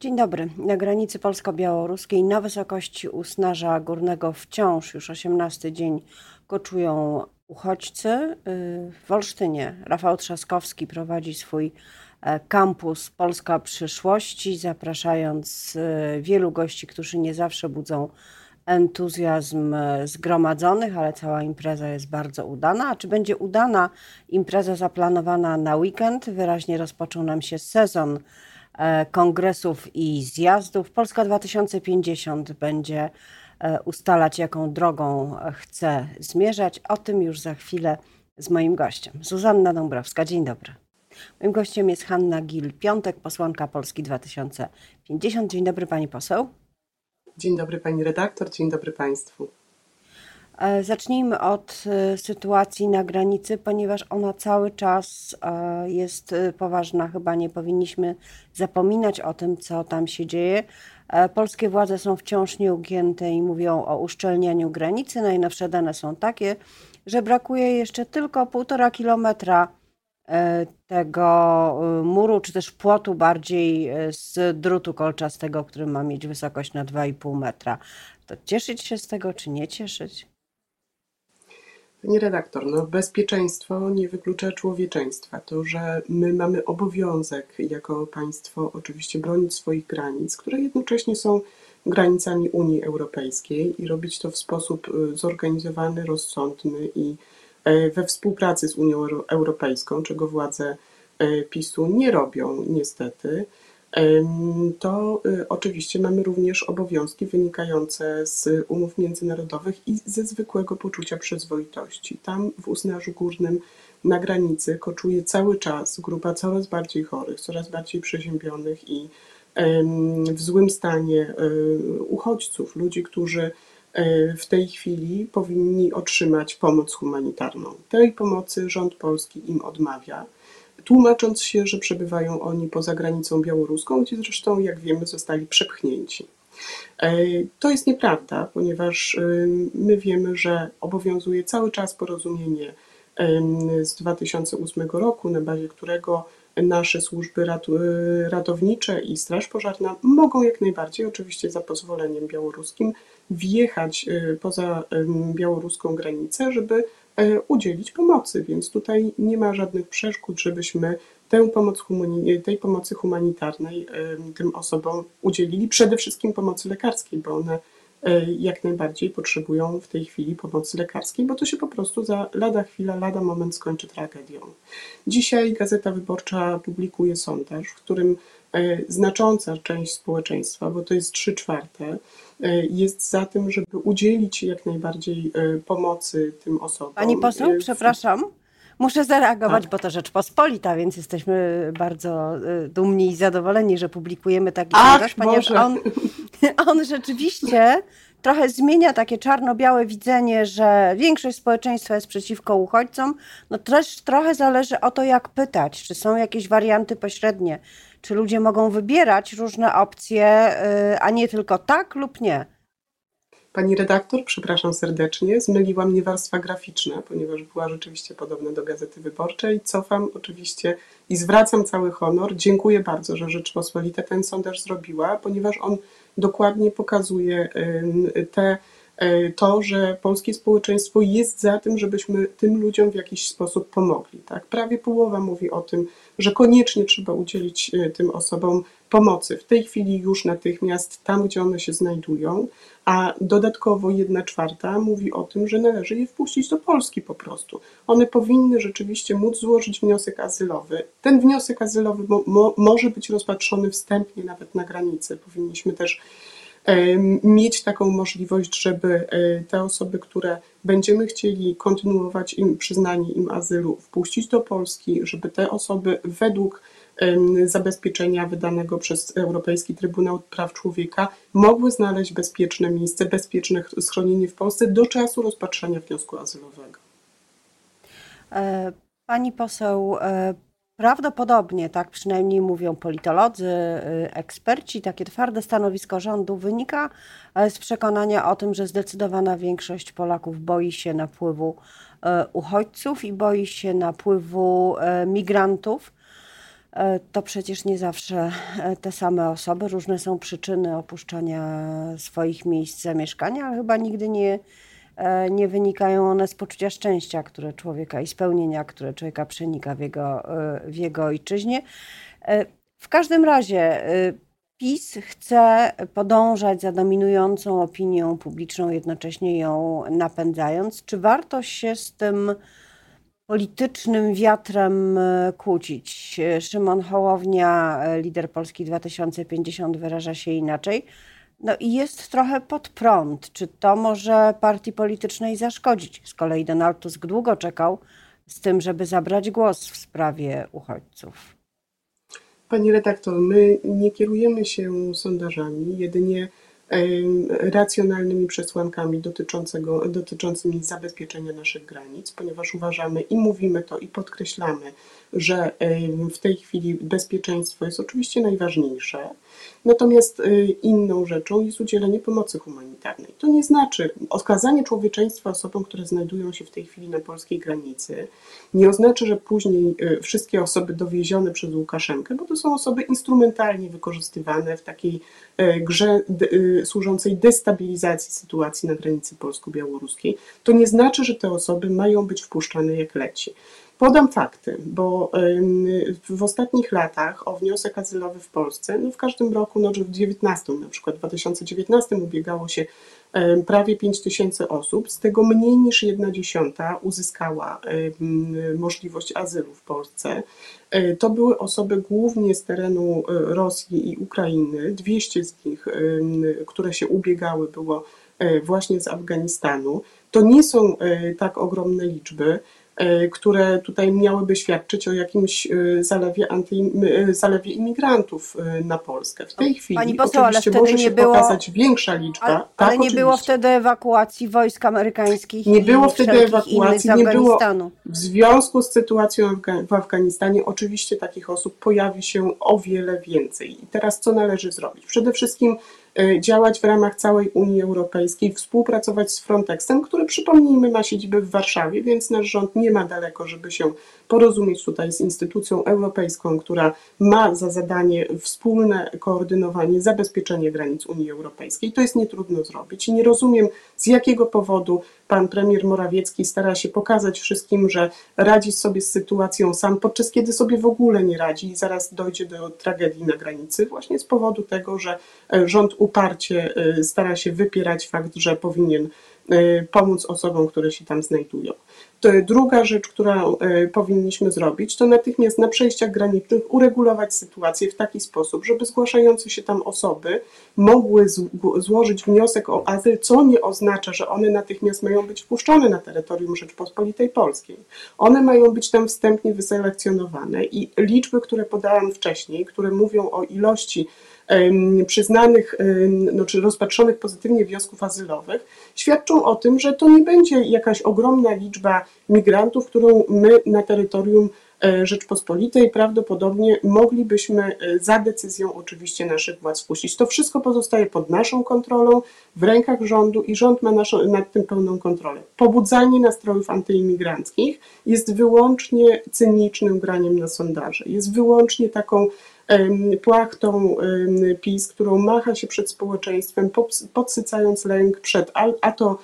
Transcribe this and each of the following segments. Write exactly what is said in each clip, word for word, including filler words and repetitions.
Dzień dobry. Na granicy polsko-białoruskiej na wysokości Usnarza Górnego wciąż już osiemnasty dzień koczują uchodźcy. W Olsztynie Rafał Trzaskowski prowadzi swój kampus Polska Przyszłości, zapraszając wielu gości, którzy nie zawsze budzą entuzjazm zgromadzonych, ale cała impreza jest bardzo udana. A czy będzie udana impreza zaplanowana na weekend? Wyraźnie rozpoczął nam się sezon kongresów i zjazdów. Polska dwa tysiące pięćdziesiąt będzie ustalać, jaką drogą chce zmierzać. O tym już za chwilę z moim gościem. Zuzanna Dąbrowska, dzień dobry. Moim gościem jest Hanna Gill-Piątek, posłanka Polski dwa tysiące pięćdziesiąt. Dzień dobry, pani poseł. Dzień dobry, pani redaktor, dzień dobry państwu. Zacznijmy od sytuacji na granicy, ponieważ ona cały czas jest poważna. Chyba nie powinniśmy zapominać o tym, co tam się dzieje. Polskie władze są wciąż nieugięte i mówią o uszczelnianiu granicy. Najnowsze dane są takie, że brakuje jeszcze tylko półtora kilometra tego muru, czy też płotu bardziej z drutu kolczastego, który ma mieć wysokość na dwa i pół metra. To cieszyć się z tego, czy nie cieszyć? Pani redaktor, no bezpieczeństwo nie wyklucza człowieczeństwa. To, że my mamy obowiązek jako państwo oczywiście bronić swoich granic, które jednocześnie są granicami Unii Europejskiej i robić to w sposób zorganizowany, rozsądny i we współpracy z Unią Europejską, czego władze PiSu nie robią niestety, to oczywiście mamy również obowiązki wynikające z umów międzynarodowych i ze zwykłego poczucia przyzwoitości. Tam w Usnarzu Górnym na granicy koczuje cały czas grupa coraz bardziej chorych, coraz bardziej przeziębionych i w złym stanie uchodźców, ludzi, którzy w tej chwili powinni otrzymać pomoc humanitarną. Tej pomocy rząd polski im odmawia, tłumacząc się, że przebywają oni poza granicą białoruską, gdzie zresztą, jak wiemy, zostali przepchnięci. To jest nieprawda, ponieważ my wiemy, że obowiązuje cały czas porozumienie z dwa tysiące ósmego roku, na bazie którego nasze służby ratownicze i Straż Pożarna mogą jak najbardziej, oczywiście za pozwoleniem białoruskim, wjechać poza białoruską granicę, żeby udzielić pomocy, więc tutaj nie ma żadnych przeszkód, żebyśmy tę pomoc tej pomocy humanitarnej tym osobom udzielili, przede wszystkim pomocy lekarskiej, bo one jak najbardziej potrzebują w tej chwili pomocy lekarskiej, bo to się po prostu za lada chwila, lada moment skończy tragedią. Dzisiaj Gazeta Wyborcza publikuje sondaż, w którym znacząca część społeczeństwa, bo to jest trzy czwarte, jest za tym, żeby udzielić jak najbardziej pomocy tym osobom. Pani poseł, przepraszam, muszę zareagować, tak, bo to Rzeczpospolita, więc jesteśmy bardzo dumni i zadowoleni, że publikujemy taki sondaż, ponieważ on, on rzeczywiście trochę zmienia takie czarno-białe widzenie, że większość społeczeństwa jest przeciwko uchodźcom. No też trochę zależy o to, jak pytać, czy są jakieś warianty pośrednie, czy ludzie mogą wybierać różne opcje, a nie tylko tak lub nie. Pani redaktor, przepraszam serdecznie, zmyliła mnie warstwa graficzna, ponieważ była rzeczywiście podobna do Gazety Wyborczej. Cofam oczywiście i zwracam cały honor. Dziękuję bardzo, że Rzeczpospolita ten sondaż zrobiła, ponieważ on dokładnie pokazuje te, to, że polskie społeczeństwo jest za tym, żebyśmy tym ludziom w jakiś sposób pomogli. Tak? Prawie połowa mówi o tym, że koniecznie trzeba udzielić tym osobom pomocy. W tej chwili już natychmiast tam, gdzie one się znajdują, a dodatkowo jedna czwarta mówi o tym, że należy je wpuścić do Polski po prostu. One powinny rzeczywiście móc złożyć wniosek azylowy. Ten wniosek azylowy mo, mo, może być rozpatrzony wstępnie nawet na granicy. Powinniśmy też e, mieć taką możliwość, żeby e, te osoby, które będziemy chcieli kontynuować im przyznanie im azylu, wpuścić do Polski, żeby te osoby według zabezpieczenia wydanego przez Europejski Trybunał Praw Człowieka mogły znaleźć bezpieczne miejsce, bezpieczne schronienie w Polsce do czasu rozpatrzenia wniosku azylowego. Pani poseł, prawdopodobnie, tak przynajmniej mówią politolodzy, eksperci, takie twarde stanowisko rządu wynika z przekonania o tym, że zdecydowana większość Polaków boi się napływu uchodźców i boi się napływu migrantów. to przecież nie zawsze te same osoby. Różne są przyczyny opuszczania swoich miejsc zamieszkania, ale chyba nigdy nie, nie wynikają one z poczucia szczęścia, które człowieka i spełnienia, które człowieka przenika w jego, w jego ojczyźnie. W każdym razie PiS chce podążać za dominującą opinią publiczną, jednocześnie ją napędzając. Czy warto się z tym politycznym wiatrem kłócić? Szymon Hołownia, lider Polski dwa tysiące pięćdziesiąt, wyraża się inaczej. No i jest trochę pod prąd. Czy to może partii politycznej zaszkodzić? Z kolei Donald Tusk długo czekał z tym, żeby zabrać głos w sprawie uchodźców. Pani redaktor, my nie kierujemy się sondażami, jedynie racjonalnymi przesłankami dotyczącego, dotyczącymi zabezpieczenia naszych granic, ponieważ uważamy i mówimy to i podkreślamy, że w tej chwili bezpieczeństwo jest oczywiście najważniejsze, natomiast inną rzeczą jest udzielenie pomocy humanitarnej. To nie znaczy okazanie człowieczeństwa osobom, które znajdują się w tej chwili na polskiej granicy, nie oznacza, że później wszystkie osoby dowiezione przez Łukaszenkę, bo to są osoby instrumentalnie wykorzystywane w takiej grze służącej destabilizacji sytuacji na granicy polsko-białoruskiej, to nie znaczy, że te osoby mają być wpuszczane jak leci. Podam fakty, bo w ostatnich latach o wniosek azylowy w Polsce, no w każdym roku, no w dziewiętnastym, na przykład w dwa tysiące dziewiętnastym ubiegało się prawie pięć tysięcy osób, z tego mniej niż jedna dziesiąta uzyskała możliwość azylu w Polsce. To były osoby głównie z terenu Rosji i Ukrainy, dwieście z nich, które się ubiegały, było właśnie z Afganistanu. To nie są tak ogromne liczby, które tutaj miałyby świadczyć o jakimś zalewie, anty, zalewie imigrantów na Polskę. W tej chwili Pani poseł, oczywiście ale może nie się było, pokazać większa liczba. Ale, tak, ale nie oczywiście. było wtedy ewakuacji wojsk amerykańskich Nie i było wtedy ewakuacji, z nie było. Afganistanu. W związku z sytuacją w Afganistanie oczywiście takich osób pojawi się o wiele więcej. I teraz co należy zrobić? Przede wszystkim działać w ramach całej Unii Europejskiej, współpracować z Frontexem, który, przypomnijmy, ma siedzibę w Warszawie, więc nasz rząd nie ma daleko, żeby się porozumieć tutaj z instytucją europejską, która ma za zadanie wspólne koordynowanie, zabezpieczenie granic Unii Europejskiej. To jest nietrudno zrobić i nie rozumiem, z jakiego powodu pan premier Morawiecki stara się pokazać wszystkim, że radzi sobie z sytuacją sam, podczas kiedy sobie w ogóle nie radzi i zaraz dojdzie do tragedii na granicy, właśnie z powodu tego, że rząd uparcie stara się wypierać fakt, że powinien pomóc osobom, które się tam znajdują. To druga rzecz, którą powinniśmy zrobić, to natychmiast na przejściach granicznych uregulować sytuację w taki sposób, żeby zgłaszające się tam osoby mogły złożyć wniosek o azyl, co nie oznacza, że one natychmiast mają być wpuszczone na terytorium Rzeczpospolitej Polskiej. One mają być tam wstępnie wyselekcjonowane i liczby, które podałam wcześniej, które mówią o ilości przyznanych, no, czy rozpatrzonych pozytywnie wniosków azylowych, świadczą o tym, że to nie będzie jakaś ogromna liczba migrantów, którą my na terytorium Rzeczpospolitej prawdopodobnie moglibyśmy za decyzją oczywiście naszych władz wpuścić. To wszystko pozostaje pod naszą kontrolą, w rękach rządu i rząd ma naszą, nad tym pełną kontrolę. Pobudzanie nastrojów antyimigranckich jest wyłącznie cynicznym graniem na sondaże, jest wyłącznie taką płachtą PiS, którą macha się przed społeczeństwem, podsycając lęk przed a, a to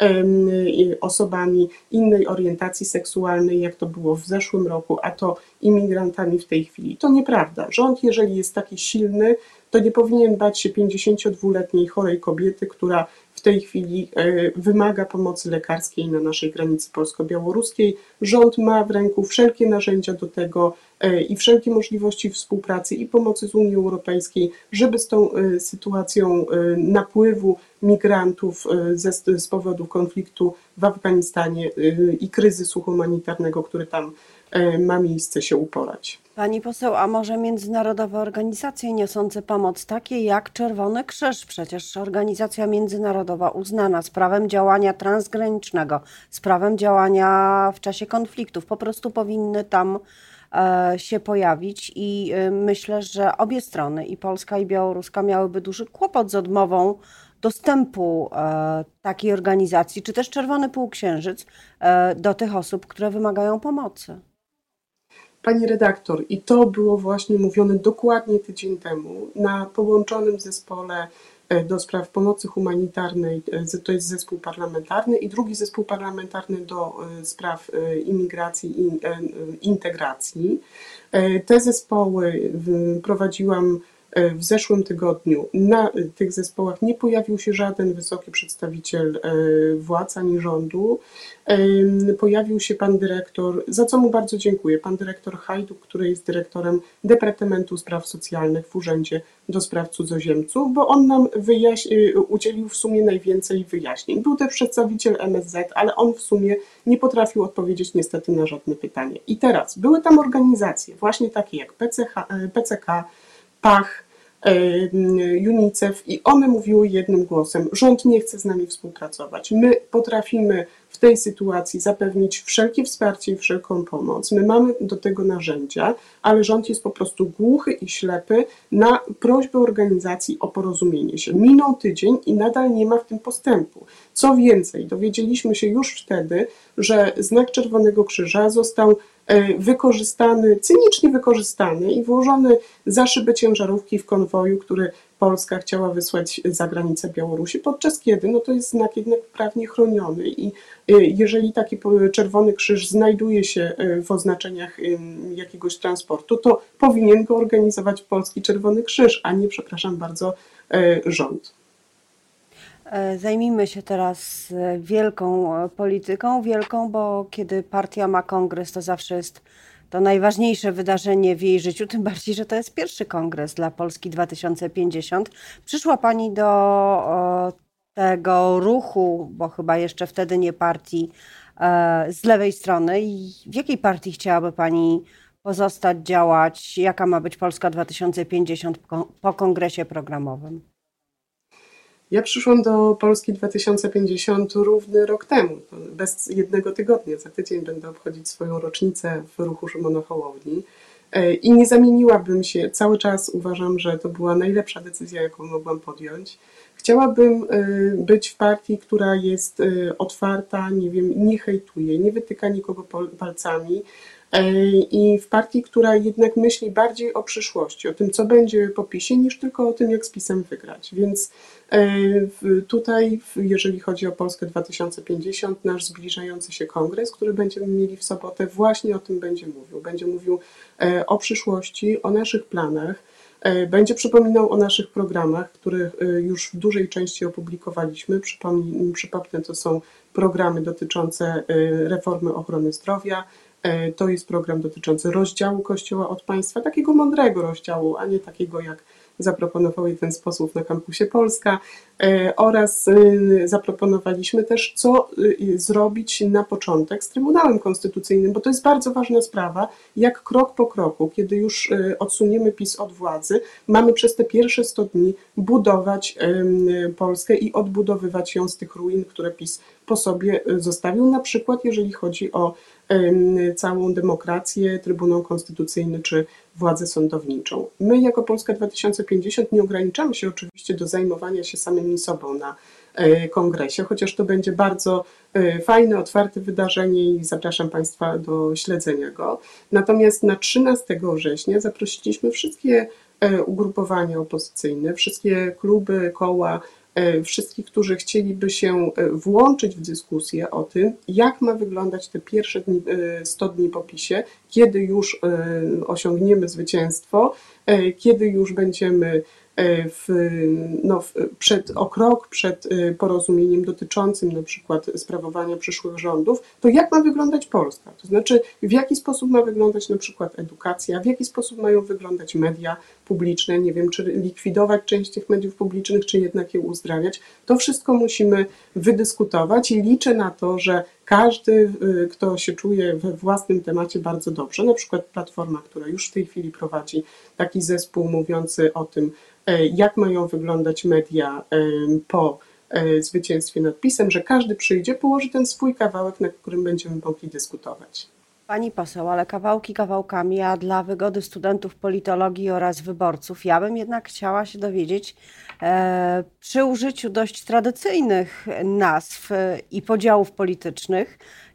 osobami innej orientacji seksualnej, jak to było w zeszłym roku, a to imigrantami w tej chwili. To nieprawda. Rząd, jeżeli jest taki silny, to nie powinien bać się pięćdziesięciodwuletniej chorej kobiety, która w tej chwili wymaga pomocy lekarskiej na naszej granicy polsko-białoruskiej. Rząd ma w ręku wszelkie narzędzia do tego i wszelkie możliwości współpracy i pomocy z Unii Europejskiej, żeby z tą sytuacją napływu migrantów ze, z powodu konfliktu w Afganistanie i kryzysu humanitarnego, który tam ma miejsce, się uporać. Pani poseł, a może międzynarodowe organizacje niosące pomoc, takie jak Czerwony Krzyż, przecież organizacja międzynarodowa uznana z prawem działania transgranicznego, z prawem działania w czasie konfliktów, po prostu powinny tam e, się pojawić i e, myślę, że obie strony, i polska i białoruska, miałyby duży kłopot z odmową dostępu e, takiej organizacji, czy też Czerwony Półksiężyc, e, do tych osób, które wymagają pomocy. Pani redaktor, i to było właśnie mówione dokładnie tydzień temu na połączonym zespole do spraw pomocy humanitarnej, to jest zespół parlamentarny, i drugi zespół parlamentarny do spraw imigracji i integracji. Te zespoły prowadziłam w zeszłym tygodniu. Na tych zespołach nie pojawił się żaden wysoki przedstawiciel władz ani rządu. Pojawił się pan dyrektor, za co mu bardzo dziękuję, pan dyrektor Hajduk, który jest dyrektorem Departamentu Spraw Socjalnych w Urzędzie do Spraw Cudzoziemców, bo on nam wyjaśni- udzielił w sumie najwięcej wyjaśnień. Był też przedstawiciel M S Z, ale on w sumie nie potrafił odpowiedzieć niestety na żadne pytanie. I teraz były tam organizacje właśnie takie jak P C H, P C K, Pach, UNICEF, i one mówiły jednym głosem: rząd nie chce z nami współpracować. My potrafimy w tej sytuacji zapewnić wszelkie wsparcie i wszelką pomoc. My mamy do tego narzędzia, ale rząd jest po prostu głuchy i ślepy na prośbę organizacji o porozumienie się. Minął tydzień i nadal nie ma w tym postępu. Co więcej, dowiedzieliśmy się już wtedy, że znak Czerwonego Krzyża został wykorzystany, cynicznie wykorzystany i włożony za szybę ciężarówki w konwoju, który Polska chciała wysłać za granicę Białorusi, podczas kiedy no to jest znak jednak prawnie chroniony, i jeżeli taki Czerwony Krzyż znajduje się w oznaczeniach jakiegoś transportu, to powinien go organizować Polski Czerwony Krzyż, a nie, przepraszam bardzo, rząd. Zajmijmy się teraz wielką polityką, wielką, bo kiedy partia ma kongres, to zawsze jest to najważniejsze wydarzenie w jej życiu, tym bardziej, że to jest pierwszy kongres dla Polski dwa tysiące pięćdziesiąt. Przyszła Pani do o, tego ruchu, bo chyba jeszcze wtedy nie partii, e, z lewej strony. I w jakiej partii chciałaby Pani pozostać, działać? Jaka ma być Polska dwa tysiące pięćdziesiąt po, po kongresie programowym? Ja przyszłam do Polski dwa tysiące pięćdziesiąt równy rok temu, bez jednego tygodnia. Za tydzień będę obchodzić swoją rocznicę w ruchu Szymona Hołowni i nie zamieniłabym się. Cały czas uważam, że to była najlepsza decyzja, jaką mogłam podjąć. Chciałabym być w partii, która jest otwarta, nie wiem, nie hejtuje, nie wytyka nikogo palcami, i w partii, która jednak myśli bardziej o przyszłości, o tym, co będzie po PiSie, niż tylko o tym, jak z PiSem wygrać. Więc tutaj, jeżeli chodzi o Polskę dwa tysiące pięćdziesiąt, nasz zbliżający się kongres, który będziemy mieli w sobotę, właśnie o tym będzie mówił. Będzie mówił o przyszłości, o naszych planach, będzie przypominał o naszych programach, które już w dużej części opublikowaliśmy. Przypomnę, przypomnę, to są programy dotyczące reformy ochrony zdrowia. To jest program dotyczący rozdziału Kościoła od państwa, takiego mądrego rozdziału, a nie takiego, jak zaproponował jeden z posłów na kampusie Polska, oraz zaproponowaliśmy też, co zrobić na początek z Trybunałem Konstytucyjnym, bo to jest bardzo ważna sprawa, jak krok po kroku, kiedy już odsuniemy PiS od władzy, mamy przez te pierwsze sto dni budować Polskę i odbudowywać ją z tych ruin, które PiS po sobie zostawił, na przykład jeżeli chodzi o całą demokrację, Trybunał Konstytucyjny czy władzę sądowniczą. My jako Polska dwa tysiące pięćdziesiąt nie ograniczamy się oczywiście do zajmowania się samymi sobą na kongresie, chociaż to będzie bardzo fajne, otwarte wydarzenie i zapraszam Państwa do śledzenia go. Natomiast na trzynastego września zaprosiliśmy wszystkie ugrupowania opozycyjne, wszystkie kluby, koła, wszystkich, którzy chcieliby się włączyć w dyskusję o tym, jak ma wyglądać te pierwsze dni, sto dni po PiSie, kiedy już osiągniemy zwycięstwo, kiedy już będziemy w, no, przed, o krok przed porozumieniem dotyczącym na przykład sprawowania przyszłych rządów, to jak ma wyglądać Polska? To znaczy, w jaki sposób ma wyglądać na przykład edukacja, w jaki sposób mają wyglądać media publiczne, nie wiem, czy likwidować część tych mediów publicznych, czy jednak je uzdrawiać. To wszystko musimy wydyskutować i liczę na to, że każdy, kto się czuje we własnym temacie bardzo dobrze, na przykład Platforma, która już w tej chwili prowadzi taki zespół mówiący o tym, jak mają wyglądać media po zwycięstwie nad PiSem, że każdy przyjdzie, położy ten swój kawałek, na którym będziemy mogli dyskutować. Pani poseł, ale kawałki kawałkami, a dla wygody studentów politologii oraz wyborców, ja bym jednak chciała się dowiedzieć, e, przy użyciu dość tradycyjnych nazw i podziałów politycznych,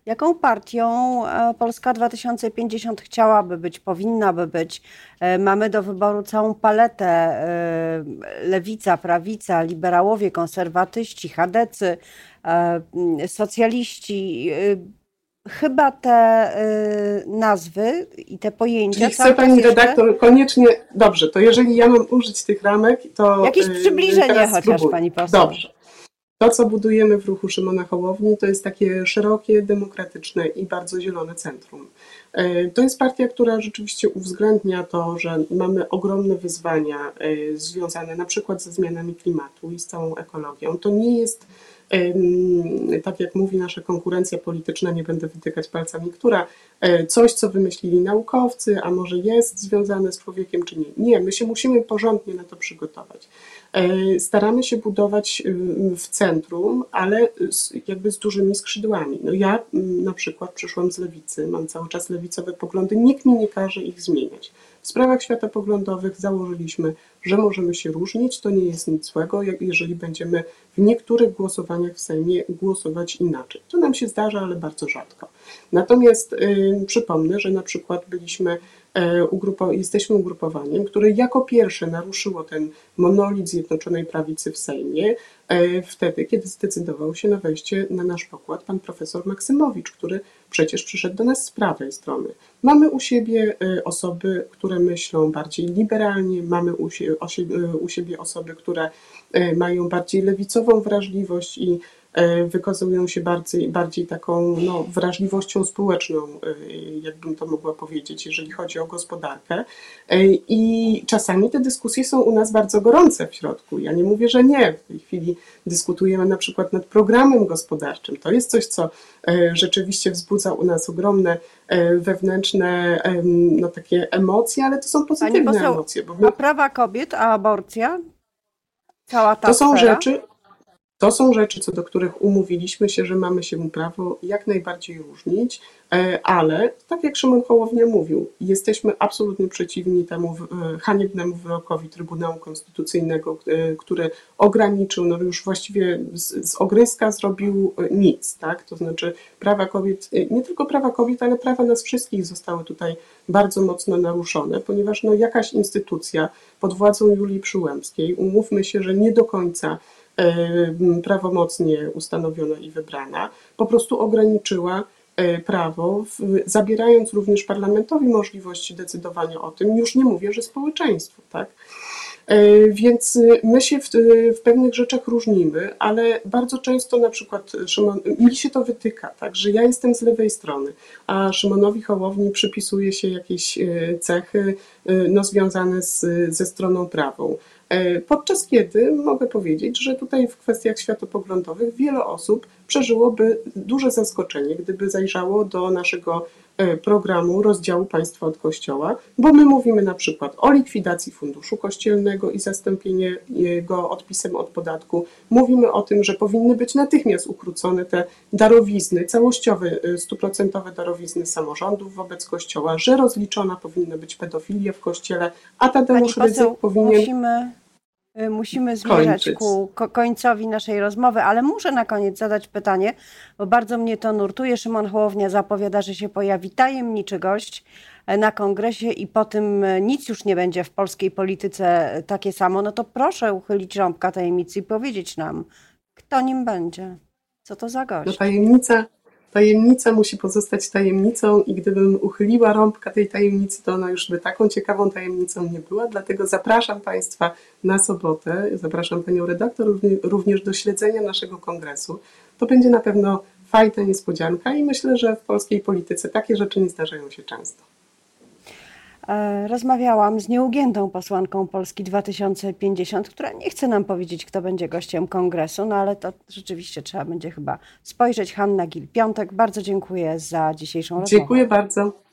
Jaką partią e, Polska dwa tysiące pięćdziesiąt chciałaby być, powinnaby być? E, Mamy do wyboru całą paletę: e, lewica, prawica, liberałowie, konserwatyści, chadecy, e, socjaliści. E, Chyba te y, nazwy i te pojęcia Czyli chce cały czas pani jeszcze... redaktor koniecznie, dobrze, to jeżeli ja mam użyć tych ramek, to Jakieś y, przybliżenie teraz chociaż, spróbuję. pani poseł. Dobrze. To, co budujemy w ruchu Szymona Hołowni, to jest takie szerokie, demokratyczne i bardzo zielone centrum. Y, To jest partia, która rzeczywiście uwzględnia to, że mamy ogromne wyzwania y, związane na przykład ze zmianami klimatu i z całą ekologią. To nie jest, y, tak jak mówi nasza konkurencja polityczna, nie będę wytykać palcami, która y, coś, co wymyślili naukowcy, a może jest związane z człowiekiem, czy nie. Nie, my się musimy porządnie na to przygotować. Y, Staramy się budować y, w centrum, ale z, jakby z dużymi skrzydłami. No ja y, na przykład przyszłam z lewicy, mam cały czas lewicowe poglądy, nikt mi nie każe ich zmieniać. W sprawach światopoglądowych założyliśmy, że możemy się różnić, to nie jest nic złego, jak- jeżeli będziemy w niektórych głosowaniach w Sejmie głosować inaczej. To nam się zdarza, ale bardzo rzadko. Natomiast y, przypomnę, że na przykład byliśmy e, ugrupo- jesteśmy ugrupowaniem, które jako pierwsze naruszyło ten monolit Zjednoczonej Prawicy w Sejmie, e, wtedy, kiedy zdecydował się na wejście na nasz pokład pan profesor Maksymowicz, który przecież przyszedł do nas z prawej strony. Mamy u siebie e, osoby, które myślą bardziej liberalnie, mamy u, sie- o sie- e, u siebie osoby, które e, mają bardziej lewicową wrażliwość i e, wykazują się bardziej, bardziej taką no, wrażliwością społeczną, e, jakbym to mogła powiedzieć, jeżeli chodzi o gospodarkę. E, I czasami te dyskusje są u nas bardzo gorące w środku. Ja nie mówię, że nie. W tej chwili dyskutujemy na przykład nad programem gospodarczym. To jest coś, co e, rzeczywiście wzbudza u nas ogromne e, wewnętrzne em, no, takie emocje, ale to są Pani pozytywne poseł, emocje. Bo my, a prawa kobiet, a aborcja? Cała ta to są sfera? rzeczy, To są rzeczy, co do których umówiliśmy się, że mamy się prawo jak najbardziej różnić, e, ale tak jak Szymon Hołownia mówił, jesteśmy absolutnie przeciwni temu w- e, haniebnemu wyrokowi Trybunału Konstytucyjnego, e, który ograniczył, no już właściwie z, z ogryzka zrobił e, nic, tak? To znaczy prawa kobiet, e, nie tylko prawa kobiet, ale prawa nas wszystkich zostały tutaj bardzo mocno naruszone, ponieważ no jakaś instytucja pod władzą Julii Przyłębskiej, umówmy się, że nie do końca e, prawomocnie ustanowiona i wybrana, po prostu ograniczyła e, prawo, w- zabierając również parlamentowi możliwość decydowania o tym, już nie mówię, że społeczeństwu, tak? E, Więc y, my się w, w pewnych rzeczach różnimy, ale bardzo często na przykład Szymon, mi się to wytyka, tak, że ja jestem z lewej strony, a Szymonowi Hołowni przypisuje się jakieś e, cechy e, no, związane z, ze stroną prawą. E, Podczas kiedy mogę powiedzieć, że tutaj w kwestiach światopoglądowych wiele osób przeżyłoby duże zaskoczenie, gdyby zajrzało do naszego e, programu rozdziału państwa od kościoła, bo my mówimy na przykład o likwidacji funduszu kościelnego i zastąpienie jego odpisem od podatku. Mówimy o tym, że powinny być natychmiast ukrócone te darowizny, całościowe, e, stuprocentowe darowizny samorządów wobec kościoła, że rozliczona powinna być pedofilia w kościele, a Pani Tadeusz Rydzyk poseł, powinien musimy, y, musimy zmierzać kończyć. ku ko- końcowi naszej rozmowy, ale muszę na koniec zadać pytanie, bo bardzo mnie to nurtuje. Szymon Hołownia zapowiada, że się pojawi tajemniczy gość e, na kongresie i po tym e, nic już nie będzie w polskiej polityce e, takie samo. No to proszę uchylić rąbka tajemnicy i powiedzieć nam, kto nim będzie. Co to za No gość? tajemnica, tajemnica musi pozostać tajemnicą i gdybym uchyliła rąbka tej tajemnicy, to ona już by taką ciekawą tajemnicą nie była, dlatego zapraszam Państwa na sobotę, zapraszam Panią redaktor równie- również do śledzenia naszego kongresu. To będzie na pewno fajna niespodzianka i myślę, że w polskiej polityce takie rzeczy nie zdarzają się często. E, Rozmawiałam z nieugiętą posłanką Polski dwa tysiące pięćdziesiąt, która nie chce nam powiedzieć, kto będzie gościem kongresu, no ale to rzeczywiście trzeba będzie chyba spojrzeć. Hanna Gil-Piątek, bardzo dziękuję za dzisiejszą rozmowę. Dziękuję bardzo.